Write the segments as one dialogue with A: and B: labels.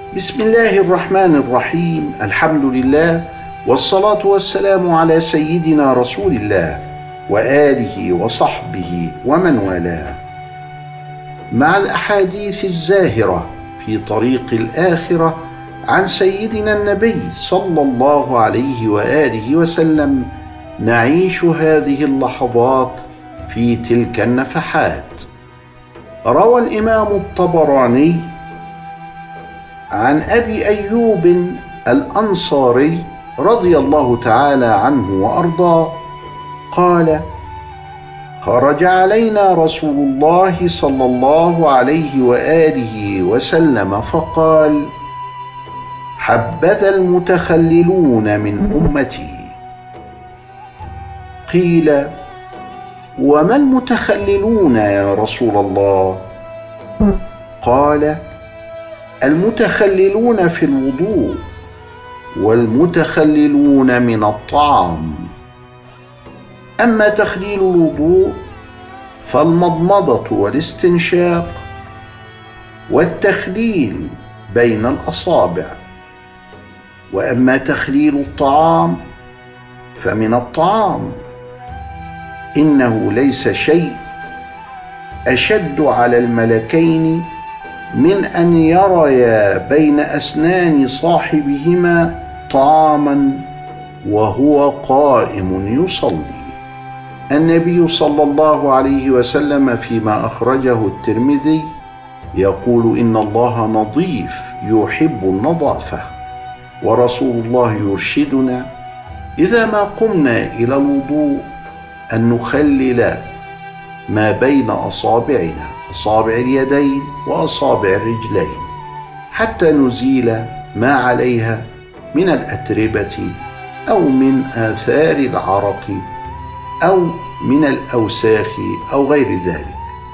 A: بسم الله الرحمن الرحيم. الحمد لله، والصلاة والسلام على سيدنا رسول الله وآله وصحبه ومن والاه. مع الأحاديث الزاهرة في طريق الآخرة عن سيدنا النبي صلى الله عليه وآله وسلم، نعيش هذه اللحظات في تلك النفحات. روى الإمام الطبراني عن أبي أيوب الأنصاري رضي الله تعالى عنه وأرضاه قال: خرج علينا رسول الله صلى الله عليه وآله وسلم فقال: حبذا المتخللون من أمتي. قيل: وما المتخللون يا رسول الله؟ قال: المتخللون في الوضوء، والمتخللون من الطعام. أما تخليل الوضوء فالمضمضة والاستنشاق، والتخليل بين الأصابع. وأما تخليل الطعام فمن الطعام، إنه ليس شيء أشد على الملكين من أن يريا بين أسنان صاحبهما طعاما وهو قائم يصلي. النبي صلى الله عليه وسلم فيما أخرجه الترمذي يقول: إن الله نظيف يحب النظافة. ورسول الله يرشدنا إذا ما قمنا إلى الوضوء أن نخلل ما بين أصابعنا، أصابع اليدين وأصابع الرجلين، حتى نزيل ما عليها من الأتربة أو من آثار العرق أو من الأوساخ أو غير ذلك.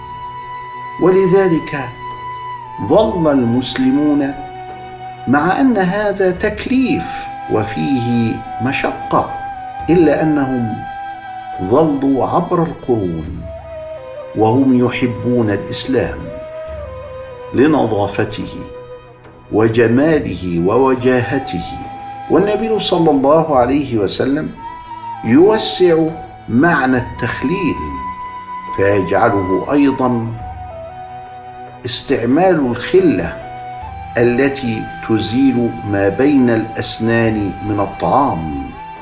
A: ولذلك ظل المسلمون، مع أن هذا تكليف وفيه مشقة، إلا أنهم ظلوا عبر القرون وهم يحبون الإسلام لنظافته وجماله ووجاهته. والنبي صلى الله عليه وسلم يوسع معنى التخليل، فيجعله أيضا استعمال الخلة التي تزيل ما بين الأسنان من الطعام،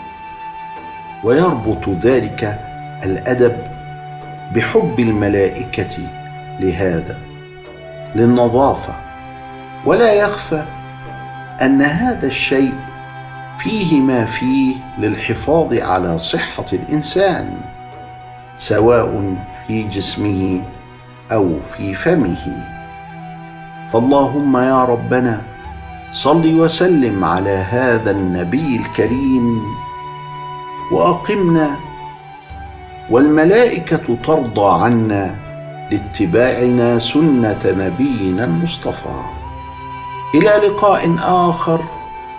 A: ويربط ذلك الأدب بحب الملائكة لهذا، للنظافة. ولا يخفى أن هذا الشيء فيه ما فيه للحفاظ على صحة الإنسان، سواء في جسمه أو في فمه. فاللهم يا ربنا صل وسلم على هذا النبي الكريم، وأقمنا والملائكة ترضى عنا لاتباعنا سنة نبينا المصطفى. إلى لقاء آخر،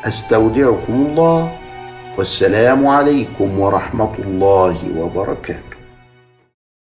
A: أستودعكم الله، والسلام عليكم ورحمة الله وبركاته.